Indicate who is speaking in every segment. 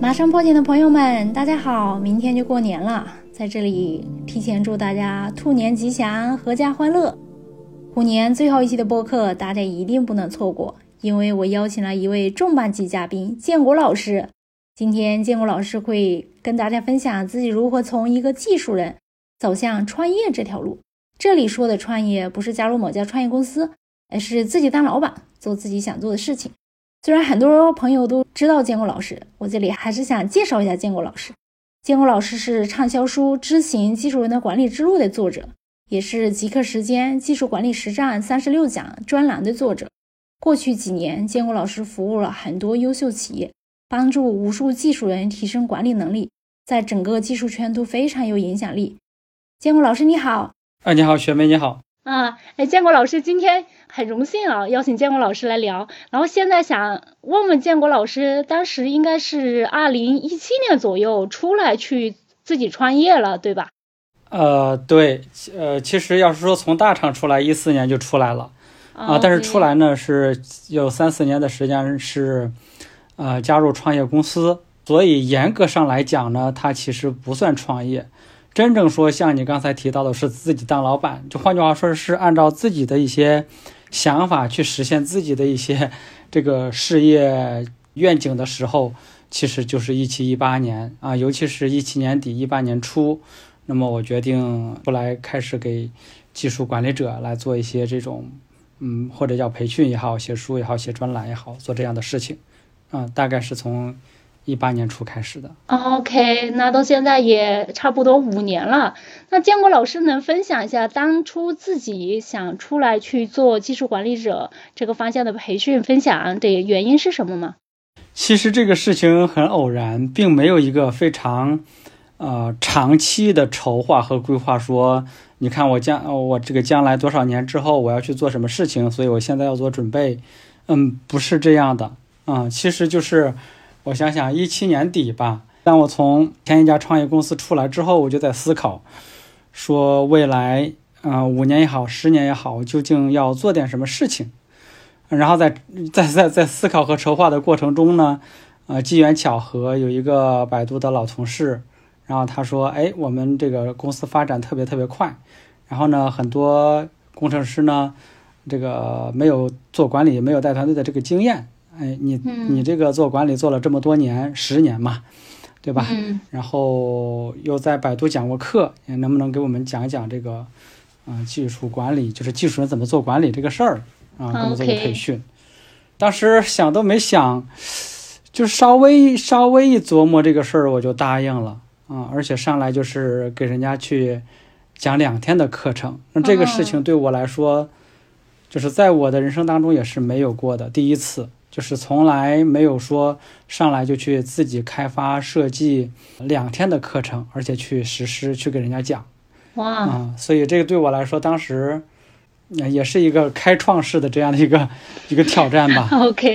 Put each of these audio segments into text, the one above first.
Speaker 1: 马上破茧的朋友们，大家好！明天就过年了，在这里提前祝大家兔年吉祥，阖家欢乐。虎年最后一期的播客，大家一定不能错过，因为我邀请了一位重磅级嘉宾建国老师。今天建国老师会跟大家分享自己如何从一个技术人走向创业这条路。这里说的创业不是加入某家创业公司，而是自己当老板，做自己想做的事情。虽然很多朋友都知道建国老师，我这里还是想介绍一下建国老师。建国老师是畅销书《知行技术人的管理之路》的作者，也是极客时间技术管理实战36讲专栏的作者。过去几年，建国老师服务了很多优秀企业，帮助无数技术人提升管理能力，在整个技术圈都非常有影响力。建国老师你好。
Speaker 2: 你好，学妹你好。
Speaker 1: 建国老师今天很荣幸邀请建国老师来聊，然后现在想问问建国老师，当时应该是2017年左右出来去自己创业了，对吧？
Speaker 2: 对，其实要是说从大厂出来，14年就出来了但是出来呢是有3-4年的时间是加入创业公司，所以严格上来讲呢，它其实不算创业。真正说像你刚才提到的是自己当老板，就换句话说是按照自己的一些想法去实现自己的一些这个事业愿景的时候，其实就是17-18年尤其是17年底18年初，那么我决定出来开始给技术管理者来做一些这种或者叫培训也好，写书也好，写专栏也好，做这样的事情大概是从18年初开始的。
Speaker 1: OK， 那到现在也差不多5年了。那建国老师能分享一下当初自己想出来去做技术管理者这个方向的培训分享的原因是什么吗？
Speaker 2: 其实这个事情很偶然，并没有一个非常长期的筹划和规划，说你看我这个将来多少年之后我要去做什么事情，所以我现在要做准备。不是这样的其实就是我想想17年底吧，当我从前一家创业公司出来之后，我就在思考说未来5年也好10年也好，究竟要做点什么事情。然后在思考和筹划的过程中呢机缘巧合，有一个百度的老同事，然后他说我们这个公司发展特别特别快，然后呢很多工程师呢这个没有做管理，没有带团队的这个经验，你这个做管理做了这么多年，10年嘛，对吧？然后又在百度讲过课，能不能给我们讲一讲这个技术管理，就是技术人怎么做管理这个事儿给我们做个培训。当时想都没想，就稍微一琢磨这个事儿，我就答应了而且上来就是给人家去讲2天的课程。那这个事情对我来说就是在我的人生当中也是没有过的第一次，就是从来没有说上来就去自己开发设计2天的课程，而且去实施去给人家讲。所以这个对我来说当时也是一个开创式的这样的一个挑战吧。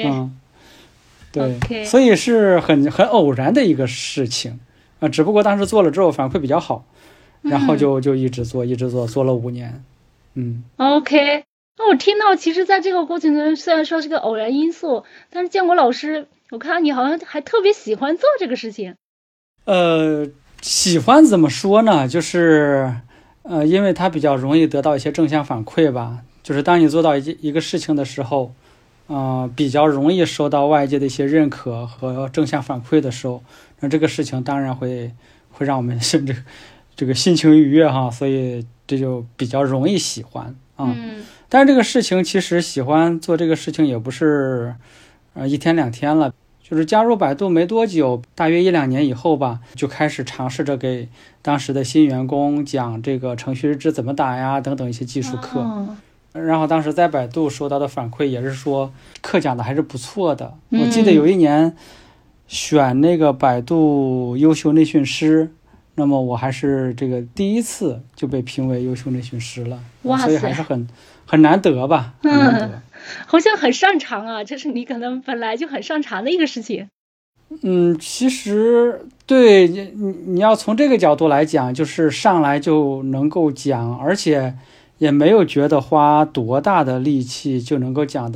Speaker 2: 对所以是很偶然的一个事情只不过当时做了之后反馈比较好，然后就一直做了5年。
Speaker 1: OK，那我听到其实在这个过程中虽然说是个偶然因素，但是建国老师我看到你好像还特别喜欢做这个事情。
Speaker 2: 喜欢怎么说呢，就是因为它比较容易得到一些正向反馈吧，就是当你做到一个事情的时候比较容易受到外界的一些认可和正向反馈的时候，那这个事情当然会让我们甚至这个心情愉悦所以这就比较容易喜欢但是这个事情其实喜欢做这个事情也不是1天2天了，就是加入百度没多久，大约1-2年以后吧，就开始尝试着给当时的新员工讲这个程序日志怎么打呀等等一些技术课然后当时在百度收到的反馈也是说课讲的还是不错的。我记得有一年选那个百度优秀内训师，那么我还是这个第一次就被评为优秀内训师了。所以还是很难得吧。
Speaker 1: 好像很擅长这是你可能本来就很擅长的一个事情。
Speaker 2: 其实对你要从这个角度来讲，就是上来就能够讲，而且也没有觉得花多大的力气就能够讲得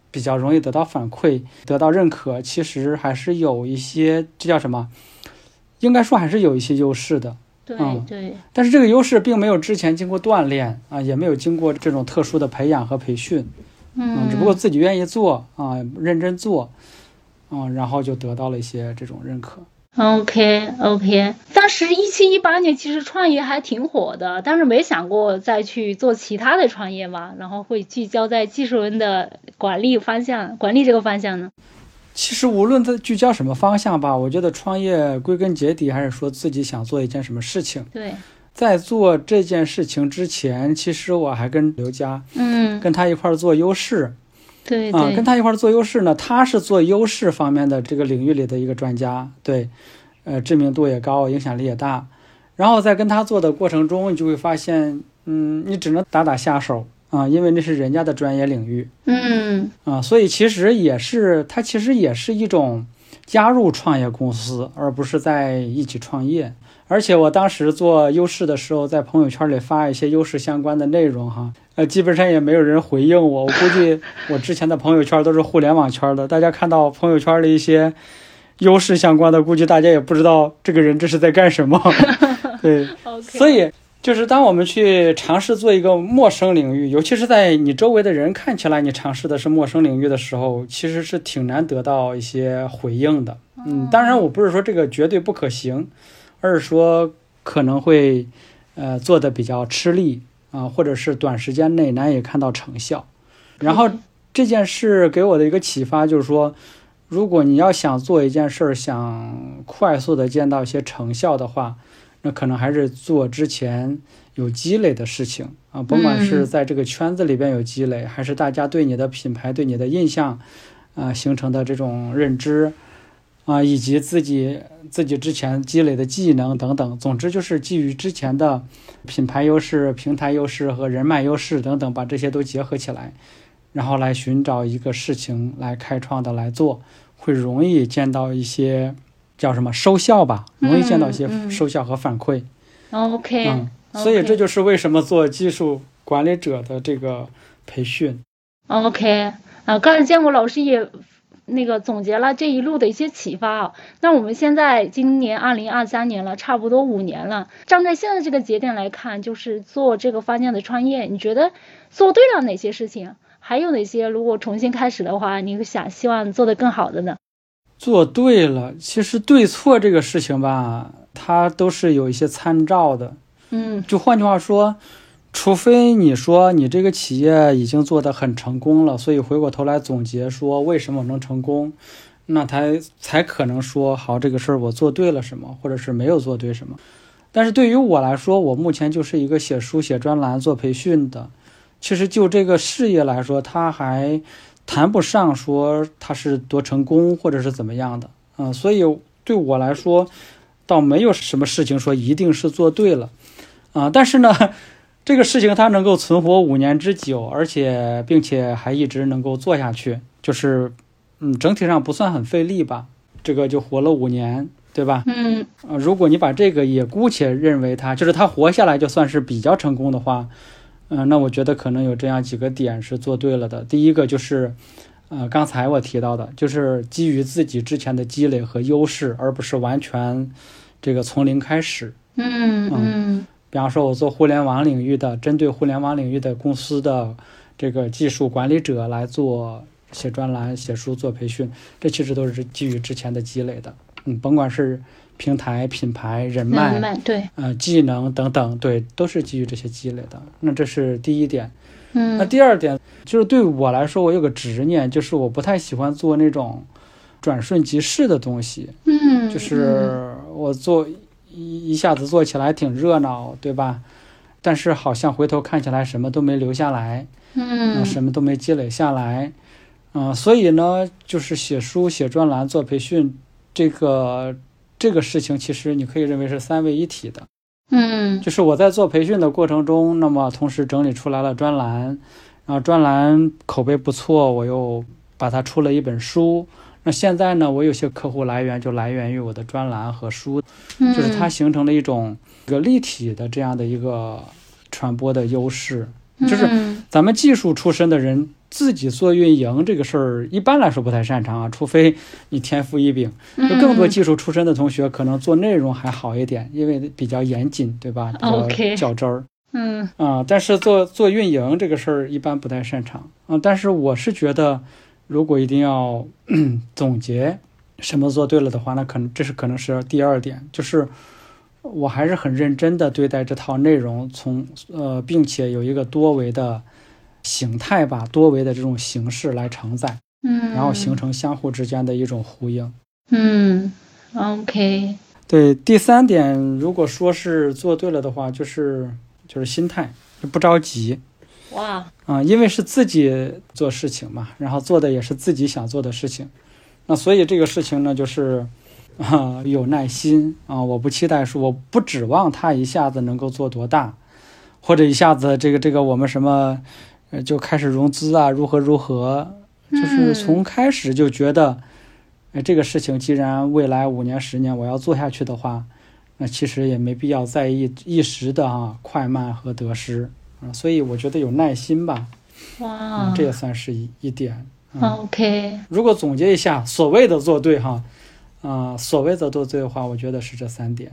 Speaker 2: 比较容易得到反馈，得到认可，其实还是有一些，这叫什么？应该说还是有一些优势的。
Speaker 1: 对对。
Speaker 2: 但是这个优势并没有之前经过锻炼啊，也没有经过这种特殊的培养和培训。只不过自己愿意做啊，认真做然后就得到了一些这种认可。
Speaker 1: OK， 当时17、18年其实创业还挺火的，但是没想过再去做其他的创业嘛，然后会聚焦在技术人的管理这个方向呢。
Speaker 2: 其实无论在聚焦什么方向吧，我觉得创业归根结底还是说自己想做一件什么事情。
Speaker 1: 对，
Speaker 2: 在做这件事情之前，其实我还跟刘佳跟他一块做优势。
Speaker 1: 对
Speaker 2: 跟他一块做优势呢，他是做优势方面的这个领域里的一个专家，对，知名度也高，影响力也大。然后在跟他做的过程中，你就会发现，你只能打下手因为那是人家的专业领域。所以其实也是一种加入创业公司，而不是在一起创业。而且我当时做优势的时候，在朋友圈里发一些优势相关的内容基本上也没有人回应我。我估计我之前的朋友圈都是互联网圈的，大家看到朋友圈的一些优势相关的，估计大家也不知道这个人这是在干什么。对所以就是当我们去尝试做一个陌生领域，尤其是在你周围的人看起来你尝试的是陌生领域的时候，其实是挺难得到一些回应的。当然我不是说这个绝对不可行，而是说可能会做的比较吃力或者是短时间内难以看到成效。然后这件事给我的一个启发就是说，如果你要想做一件事，想快速的见到一些成效的话，那可能还是做之前有积累的事情甭管是在这个圈子里边有积累，还是大家对你的品牌对你的印象形成的这种认知以及自己之前积累的技能等等。总之就是基于之前的品牌优势、平台优势和人脉优势等等，把这些都结合起来，然后来寻找一个事情来开创的来做，会容易见到一些叫什么收效吧，容易见到一些收效和反馈。
Speaker 1: OK，
Speaker 2: 所以这就是为什么做技术管理者的这个培训。
Speaker 1: OK， 刚才建国老师也总结了这一路的一些启发那我们现在今年2023年了，差不多5年了。站在现在这个节点来看，就是做这个方向的创业，你觉得做对了哪些事情？还有哪些如果重新开始的话，你希望做得更好的呢？
Speaker 2: 做对了，其实对错这个事情吧，它都是有一些参照的。就换句话说，除非你说你这个企业已经做得很成功了，所以回过头来总结说为什么能成功，那才可能说好这个事儿我做对了什么，或者是没有做对什么。但是对于我来说，我目前就是一个写书写专栏做培训的，其实就这个事业来说，它还谈不上说它是多成功或者是怎么样的所以对我来说倒没有什么事情说一定是做对了但是呢这个事情它能够存活5年之久，并且还一直能够做下去，就是整体上不算很费力吧，这个就活了5年，对吧？如果你把这个也姑且认为它活下来就算是比较成功的话，那我觉得可能有这样几个点是做对了的。第一个就是刚才我提到的，就是基于自己之前的积累和优势，而不是完全这个从零开始。比方说我做互联网领域的，针对互联网领域的公司的这个技术管理者来做写专栏、写书、做培训，这其实都是基于之前的积累的。甭管是平台、品牌、人脉，
Speaker 1: 对，
Speaker 2: 技能等等，对，都是基于这些积累的。那这是第一点。那第二点就是对我来说，我有个执念，就是我不太喜欢做那种转瞬即逝的东西。就是我做一下子做起来挺热闹，对吧？但是好像回头看起来什么都没留下来，什么都没积累下来，所以呢，就是写书、写专栏、做培训，这个事情其实你可以认为是3位一体的。就是我在做培训的过程中，那么同时整理出来了专栏，然后专栏口碑不错，我又把它出了一本书。那现在呢，我有些客户来源就来源于我的专栏和书，就是它形成了一个立体的这样的一个传播的优势。就是咱们技术出身的人自己做运营这个事儿，一般来说不太擅长啊，除非你天赋异禀。就更多技术出身的同学，可能做内容还好一点，因为比较严谨，对吧？比较较真儿。但是做运营这个事儿一般不太擅长但是我是觉得，如果一定要总结什么做对了的话，那可能是第二点，就是我还是很认真的对待这套内容，并且有一个多维的形态吧，多维的这种形式来承载，然后形成相互之间的一种呼应。
Speaker 1: OK。
Speaker 2: 对，第三点，如果说是做对了的话，就是心态，就不着急。
Speaker 1: 哇，
Speaker 2: 因为是自己做事情嘛，然后做的也是自己想做的事情，那所以这个事情呢，就是有耐心我不期待说，我不指望它一下子能够做多大，或者一下子这个我们什么就开始融资啊，如何，就是从开始就觉得，这个事情既然未来5年10年我要做下去的话，那其实也没必要在意一时的快慢和得失所以我觉得有耐心吧。
Speaker 1: 哇，
Speaker 2: 这也算是一点。
Speaker 1: OK。
Speaker 2: 如果总结一下所谓的做对所谓的做对的话，我觉得是这3点。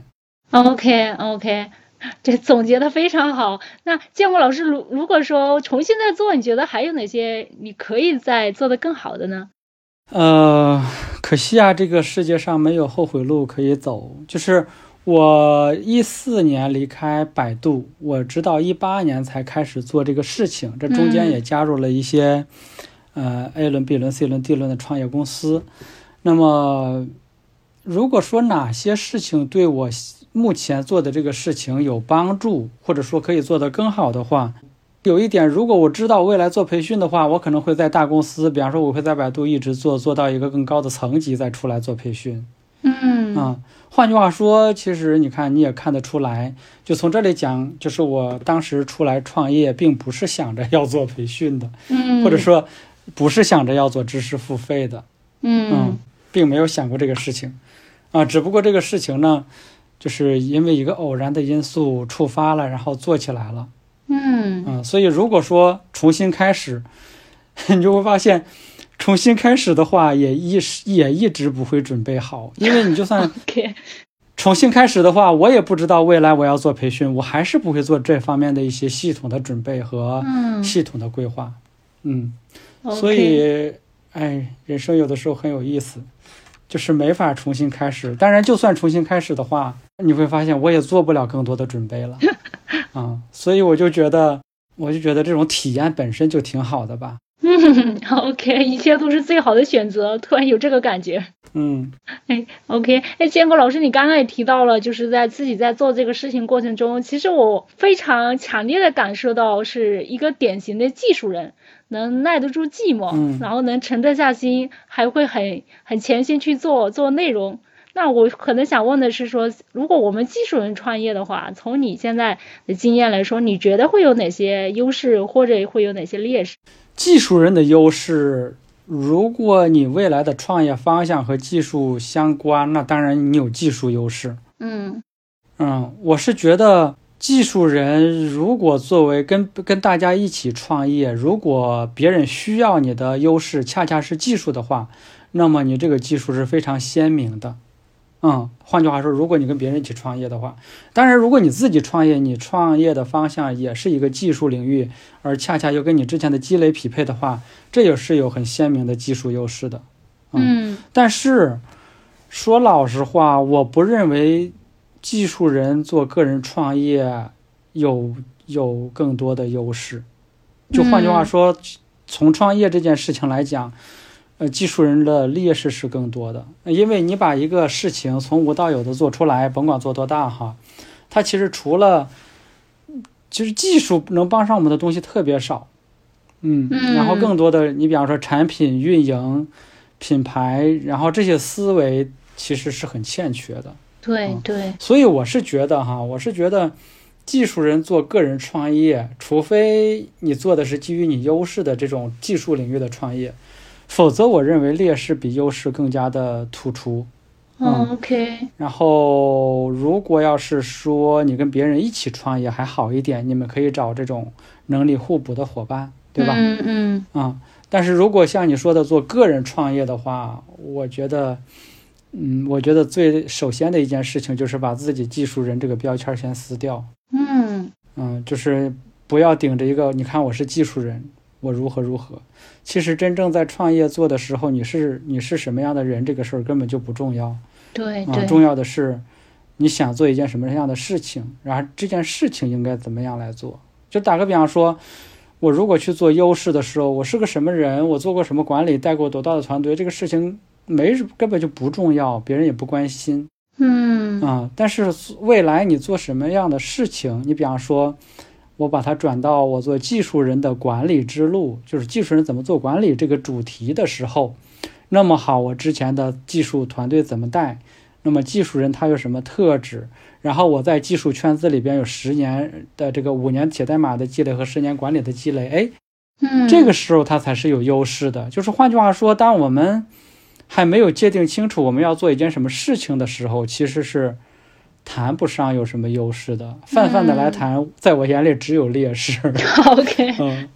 Speaker 1: OK， 这总结的非常好。那建国老师，如果说重新再做，你觉得还有哪些你可以再做得更好的呢？
Speaker 2: 可惜啊，这个世界上没有后悔路可以走。就是我14年离开百度，我直到18年才开始做这个事情，这中间也加入了一些A 轮、B 轮、C 轮、D 轮的创业公司。那么如果说哪些事情对我目前做的这个事情有帮助，或者说可以做得更好的话，有一点，如果我知道未来做培训的话，我可能会在大公司，比方说我会在百度一直做到一个更高的层级再出来做培训。换句话说，其实你看你也看得出来，就从这里讲，就是我当时出来创业并不是想着要做培训的，或者说不是想着要做知识付费的，并没有想过这个事情只不过这个事情呢，就是因为一个偶然的因素触发了，然后做起来了。所以如果说重新开始，你就会发现重新开始的话也一直不会准备好，因为你就算重新开始的话，我也不知道未来我要做培训，我还是不会做这方面的一些系统的准备和系统的规划。所以人生有的时候很有意思，就是没法重新开始。当然就算重新开始的话，你会发现我也做不了更多的准备了所以我就觉得这种体验本身就挺好的吧。
Speaker 1: OK， 一切都是最好的选择，突然有这个感觉。OK， 建国老师，你刚刚也提到了，就是在自己在做这个事情过程中，其实我非常强烈的感受到是一个典型的技术人，能耐得住寂寞，然后能沉得下心，还会很潜心去做内容。那我可能想问的是说，如果我们技术人创业的话，从你现在的经验来说，你觉得会有哪些优势，或者会有哪些劣势？
Speaker 2: 技术人的优势，如果你未来的创业方向和技术相关，那当然你有技术优势。我是觉得技术人如果作为跟大家一起创业，如果别人需要你的优势恰恰是技术的话，那么你这个技术是非常鲜明的。换句话说，如果你跟别人一起创业的话，当然如果你自己创业，你创业的方向也是一个技术领域，而恰恰又跟你之前的积累匹配的话，这也是有很鲜明的技术优势的。但是说老实话，我不认为技术人做个人创业有更多的优势。就换句话说，从创业这件事情来讲，技术人的劣势是更多的，因为你把一个事情从无到有的做出来，甭管做多大它其实除了就是技术能帮上我们的东西特别少，然后更多的你比方说产品运营、品牌，然后这些思维其实是很欠缺的。
Speaker 1: 对，
Speaker 2: 所以我是觉得技术人做个人创业，除非你做的是基于你优势的这种技术领域的创业，否则我认为劣势比优势更加的突出。
Speaker 1: OK。
Speaker 2: 然后如果要是说你跟别人一起创业还好一点，你们可以找这种能力互补的伙伴， 对吧？但是如果像你说的做个人创业的话，我觉得最首先的一件事情就是把自己技术人这个标签先撕掉。就是不要顶着一个你看我是技术人，我如何如何。其实真正在创业做的时候，你是什么样的人，这个事儿根本就不重要。
Speaker 1: 对，
Speaker 2: 重要的是你想做一件什么样的事情，然后这件事情应该怎么样来做。就打个比方说，我如果去做优势的时候，我是个什么人，我做过什么管理，带过多大的团队，这个事情根本就不重要，别人也不关心。但是未来你做什么样的事情，你比方说我把它转到我做技术人的管理之路，就是技术人怎么做管理这个主题的时候，那么好，我之前的技术团队怎么带，那么技术人他有什么特质，然后我在技术圈子里边有10年的这个5年写代码的积累和10年管理的积累，这个时候他才是有优势的。就是换句话说，当我们还没有界定清楚我们要做一件什么事情的时候，其实是谈不上有什么优势的。泛泛的来谈，在我眼里只有劣势。
Speaker 1: OK，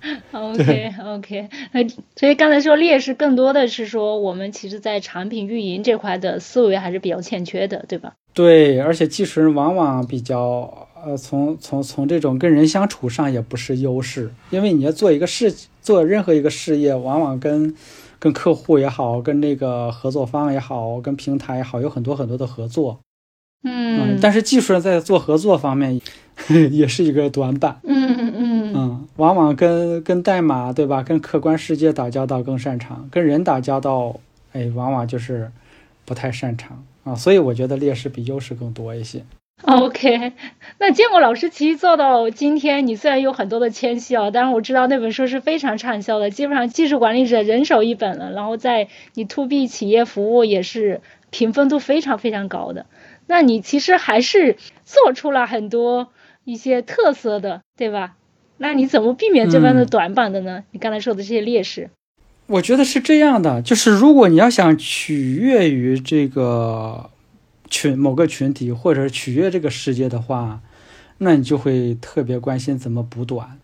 Speaker 1: 所以刚才说劣势更多的是说我们其实在产品运营这块的思维还是比较欠缺的，对吧？
Speaker 2: 对，而且技术人往往比较从这种跟人相处上也不是优势，因为你要做任何一个事业，往往跟客户也好，跟那个合作方也好，跟平台也好，有很多很多的合作。但是技术人在做合作方面也是一个短板。往往跟代码，对吧，跟客观世界打交道更擅长，跟人打交道往往就是不太擅长所以我觉得劣势比优势更多一些。
Speaker 1: OK， 那建国老师其实做到今天，你虽然有很多的谦虚但是我知道那本书是非常畅销的，基本上技术管理者人手一本了，然后在你 to B 企业服务也是评分度非常非常高的。那你其实还是做出了很多一些特色的，对吧？那你怎么避免这方的短板的呢？你刚才说的这些劣势。
Speaker 2: 我觉得是这样的，就是如果你要想取悦于这个某个群体，或者是取悦这个世界的话，那你就会特别关心怎么补短。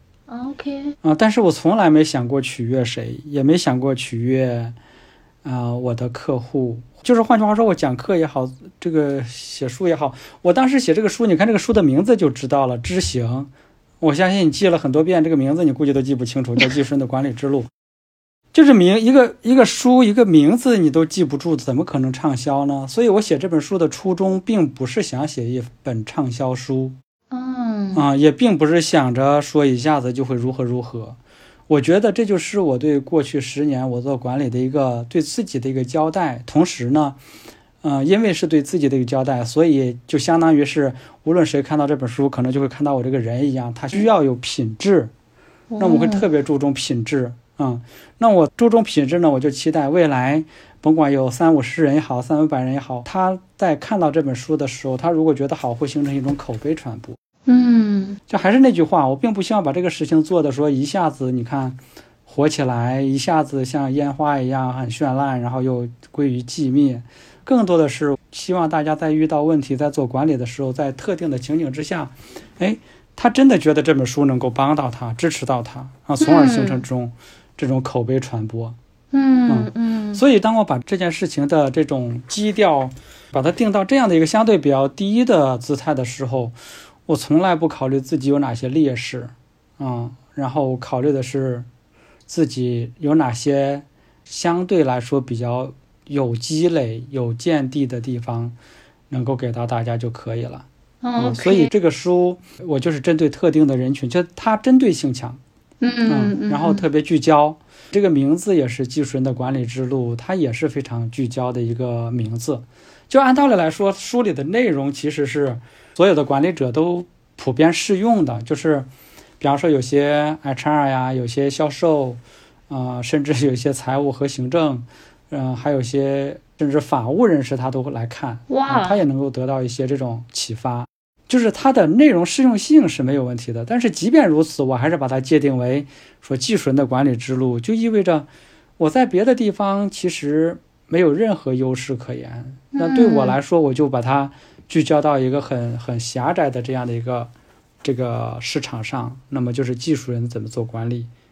Speaker 1: OK
Speaker 2: 但是我从来没想过取悦谁，也没想过取悦我的客户。就是换句话说，我讲课也好，这个写书也好，我当时写这个书，你看这个书的名字就知道了，知行。我相信你记了很多遍，这个名字你估计都记不清楚，叫技术人的管理之路。就是一个书一个名字你都记不住，怎么可能畅销呢？所以我写这本书的初衷并不是想写一本畅销书，也并不是想着说一下子就会如何如何。我觉得这就是我对过去10年我做管理的一个对自己的一个交代。同时呢因为是对自己的一个交代，所以就相当于是无论谁看到这本书可能就会看到我这个人一样，他需要有品质。那我会特别注重品质那我注重品质呢，我就期待未来甭管有350人也好，300-500人也好，他在看到这本书的时候，他如果觉得好，会形成一种口碑传播。就还是那句话，我并不希望把这个事情做的说一下子你看火起来，一下子像烟花一样很绚烂，然后又归于寂灭。更多的是希望大家在遇到问题，在做管理的时候，在特定的情景之下，他真的觉得这本书能够帮到他，支持到他从而形成这种口碑传播。所以当我把这件事情的这种基调把它定到这样的一个相对比较低的姿态的时候，我从来不考虑自己有哪些劣势然后考虑的是自己有哪些相对来说比较有积累有见地的地方能够给到大家就可以了。所以这个书我就是针对特定的人群，就它针对性强然后特别聚焦。这个名字也是技术人的管理之路，它也是非常聚焦的一个名字。就按道理来说，书里的内容其实是所有的管理者都普遍适用的，就是比方说有些 HR 呀，有些销售甚至有些财务和行政还有些甚至法务人士他都会来看，他也能够得到一些这种启发。就是它的内容适用性是没有问题的，但是即便如此，我还是把它界定为说技术人的管理之路，就意味着我在别的地方其实没有任何优势可言。那对我来说，我就把它聚焦到一个很狭窄的这样的一个这个市场上，那么就是技术人怎么做管理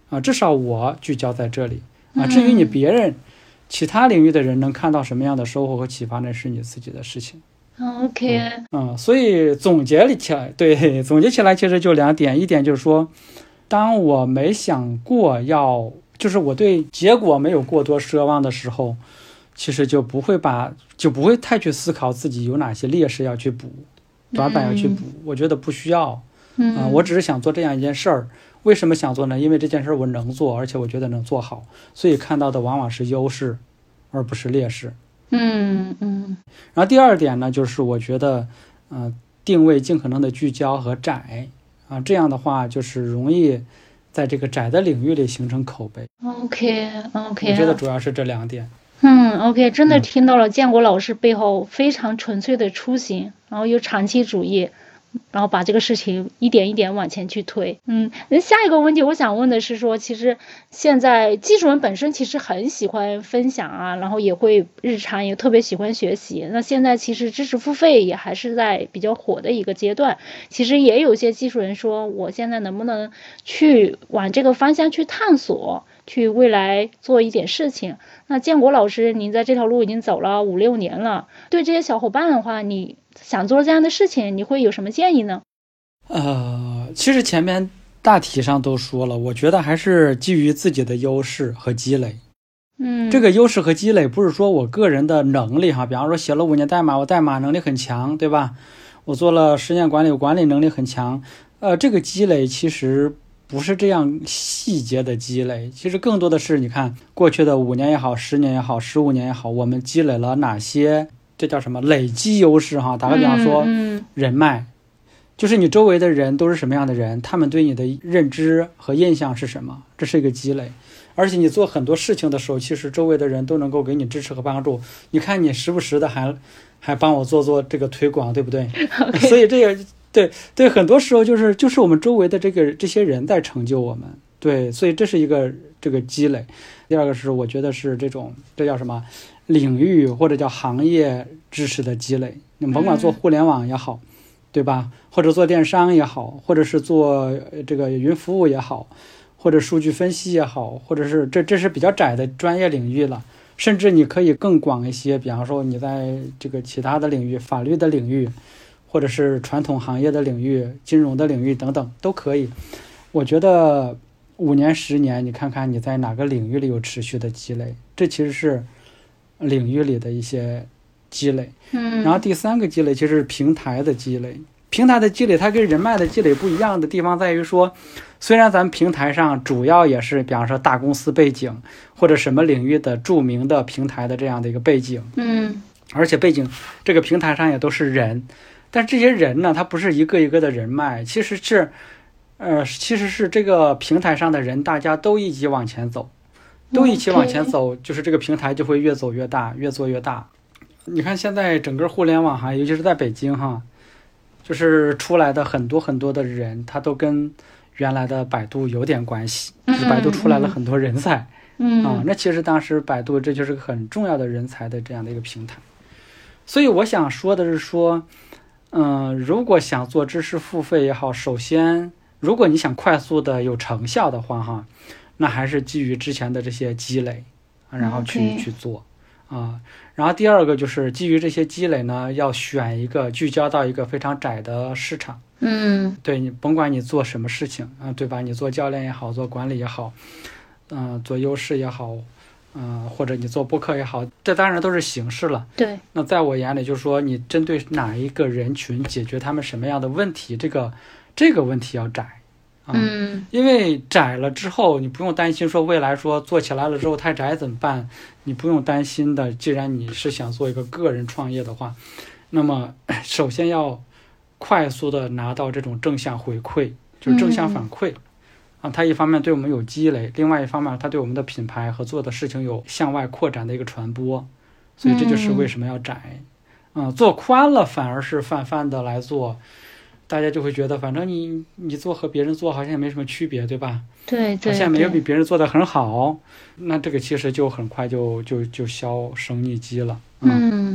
Speaker 2: 至少我聚焦在这里至于你别人其他领域的人能看到什么样的收获和启发，那是你自己的事情。
Speaker 1: OK，
Speaker 2: 所以总结起来其实就2点，一点就是说，当我没想过就是我对结果没有过多奢望的时候，其实就不会太去思考自己有哪些劣势要去补，短板要去补，我觉得不需要。我只是想做这样一件事儿，为什么想做呢？因为这件事我能做，而且我觉得能做好，所以看到的往往是优势，而不是劣势。然后第2点呢，就是我觉得，定位尽可能的聚焦和窄这样的话就是容易在这个窄的领域里形成口碑。
Speaker 1: OK，
Speaker 2: 我觉得主要是这2点。
Speaker 1: OK， 真的听到了建国老师背后非常纯粹的初心，然后有长期主义，然后把这个事情一点一点往前去推。那下一个问题我想问的是说，其实现在技术人本身其实很喜欢分享然后也会日常也特别喜欢学习。那现在其实知识付费也还是在比较火的一个阶段，其实也有些技术人说，我现在能不能去往这个方向去探索，去未来做一点事情。那建国老师您在这条路已经走了5-6年了，对这些小伙伴的话，你想做这样的事情，你会有什么建议呢？
Speaker 2: 其实前面大体上都说了，我觉得还是基于自己的优势和积累。这个优势和积累不是说我个人的能力比方说写了5年代码，我代码能力很强，对吧？我做了实验管理，我管理能力很强。这个积累其实不是这样细节的积累，其实更多的是你看过去的5年也好，10年也好，15年也好，我们积累了哪些，这叫什么累积优势打个比方说人脉，就是你周围的人都是什么样的人，他们对你的认知和印象是什么，这是一个积累。而且你做很多事情的时候，其实周围的人都能够给你支持和帮助。你看你时不时的还帮我做这个推广，对不对？
Speaker 1: Okay.
Speaker 2: 所以这个对很多时候就是我们周围的这些人在成就我们。对，所以这是一个这个积累。第2个是我觉得是这叫什么领域或者叫行业知识的积累。你甭管做互联网也好，对吧？或者做电商也好，或者是做这个云服务也好，或者数据分析也好，或者是这是比较窄的专业领域了。甚至你可以更广一些，比方说你在这个其他的领域，法律的领域，或者是传统行业的领域，金融的领域等等都可以。我觉得5年10年，你看看你在哪个领域里有持续的积累，这其实是领域里的一些积累。然后第3个积累其实是平台的积累。平台的积累它跟人脉的积累不一样的地方在于说，虽然咱们平台上主要也是比方说大公司背景或者什么领域的著名的平台的这样的一个背景，而且背景这个平台上也都是人，但这些人呢，他不是一个一个的人脉，其实是这个平台上的人大家都一起往前走，就是这个平台就会越走越大，越做越大。你看现在整个互联网尤其是在北京就是出来的很多很多的人，他都跟原来的百度有点关系，就是百度出来了很多人才。那其实当时百度这就是个很重要的人才的这样的一个平台。所以我想说的是说，如果想做知识付费也好，首先如果你想快速的有成效的话那还是基于之前的这些积累然后去做。然后第2个就是基于这些积累呢，要选一个聚焦到一个非常窄的市场。对，你甭管你做什么事情对吧？你做教练也好，做管理也好，做优势也好，或者你做播客也好，这当然都是形式了。
Speaker 1: 对。
Speaker 2: 那在我眼里就是说，你针对哪一个人群解决他们什么样的问题，这个问题要窄。因为窄了之后，你不用担心说未来说做起来了之后太窄怎么办，你不用担心的。既然你是想做一个个人创业的话，那么首先要快速的拿到这种正向回馈，就是正向反馈。它一方面对我们有积累，另外一方面它对我们的品牌和做的事情有向外扩展的一个传播。所以这就是为什么要窄。做宽了反而是泛泛的来做，大家就会觉得反正你做和别人做好像也没什么区别，对吧？
Speaker 1: 对，
Speaker 2: 好像没有比别人做的很好，那这个其实就很快就销声匿迹了。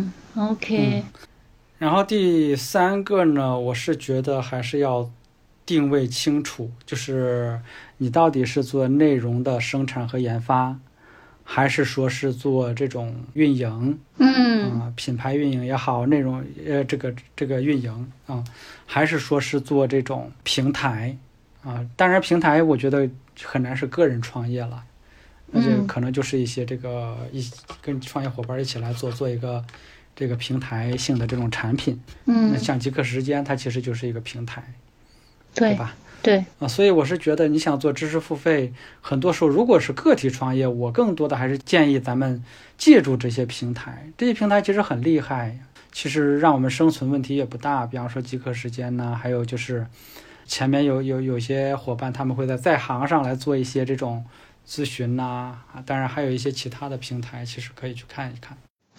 Speaker 1: OK。
Speaker 2: 然后第3个呢，我是觉得还是要定位清楚，就是你到底是做内容的生产和研发，还是说是做这种运营，品牌运营也好，内容这个运营啊，还是说是做这种平台啊？当然平台我觉得很难是个人创业了，那就可能就是一些跟创业伙伴一起来做一个这个平台性的这种产品。那像极客时间它其实就是一个平台，对吧？
Speaker 1: 对
Speaker 2: 啊，所以我是觉得你想做知识付费，很多时候如果是个体创业，我更多的还是建议咱们借助这些平台。这些平台其实很厉害，其实让我们生存问题也不大。比方说极客时间呢，还有就是前面有些伙伴他们会在行上来做一些这种咨询呐，当然还有一些其他的平台，其实可以去看一看。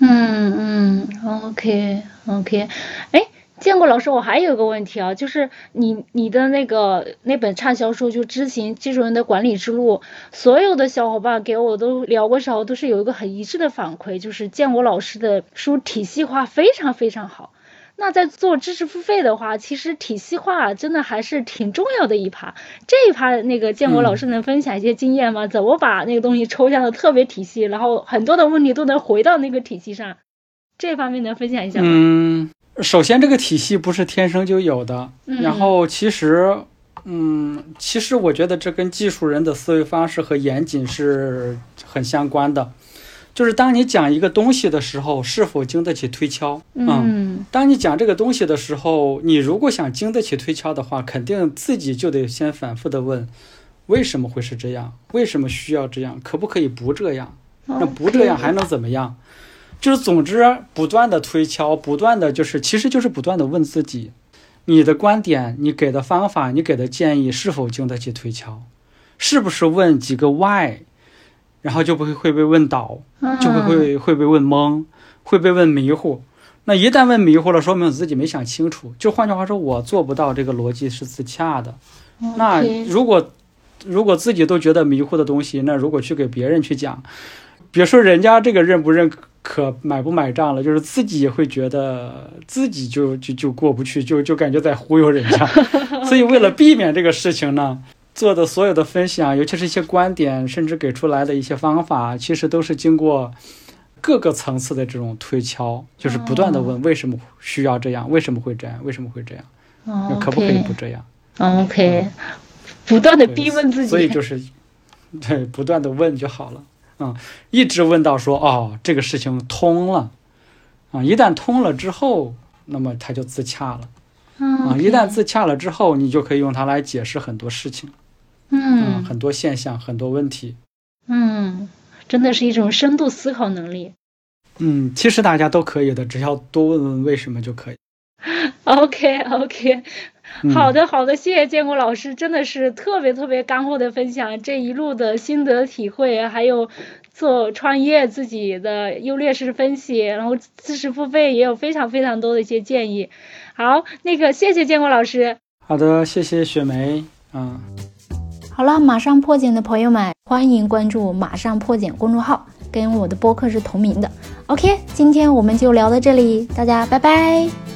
Speaker 1: OK，哎。建国老师，我还有个问题啊，就是你的那本畅销书就知行技术人的管理之路，所有的小伙伴给我都聊过时候，都是有一个很一致的反馈，就是建国老师的书体系化非常非常好。那在做知识付费的话，其实体系化真的还是挺重要的一趴。这一趴建国老师能分享一些经验吗？怎么把那个东西抽象的特别体系，然后很多的问题都能回到那个体系上？这方面能分享一下吗？
Speaker 2: 首先这个体系不是天生就有的，然后其实我觉得这跟技术人的思维方式和严谨是很相关的。就是当你讲一个东西的时候，是否经得起推敲？当你讲这个东西的时候，你如果想经得起推敲的话，肯定自己就得先反复的问，为什么会是这样？为什么需要这样？可不可以不这样？那不这样还能怎么样？就是总之不断的推敲，不断的其实就是不断的问自己，你的观点，你给的方法，你给的建议是否经得起推敲？是不是问几个 why， 然后就会被问倒，就会被问懵，会被问迷糊。那一旦问迷糊了，说明自己没想清楚。就换句话说，我做不到这个逻辑是自洽的。那如果自己都觉得迷糊的东西，那如果去给别人去讲，别说人家这个认不认可买不买账了，就是自己也会觉得自己就过不去，就感觉在忽悠人家。所以为了避免这个事情呢，做的所有的分享，尤其是一些观点，甚至给出来的一些方法，其实都是经过各个层次的这种推敲，就是不断的问为什么需要这样，为什么会这样，为什么会这样，可不可以不这样
Speaker 1: ？OK， 不断的逼问自己，
Speaker 2: 所以就是对不断的问就好了。一直问到说这个事情通了一旦通了之后，那么它就自洽了一旦自洽了之后，你就可以用它来解释很多事情很多现象，很多问题
Speaker 1: 真的是一种深度思考能力
Speaker 2: 其实大家都可以的，只要多问问为什么就可以。
Speaker 1: OK， 好的，谢谢建国老师，真的是特别特别干货的分享，这一路的心得体会，还有做创业自己的优劣势分析，然后知识付费也有非常非常多的一些建议。好，谢谢建国老师。
Speaker 2: 好的，谢谢雪梅
Speaker 1: 好了，马上破茧的朋友们，欢迎关注马上破茧公众号，跟我的播客是同名的。OK， 今天我们就聊到这里，大家拜拜。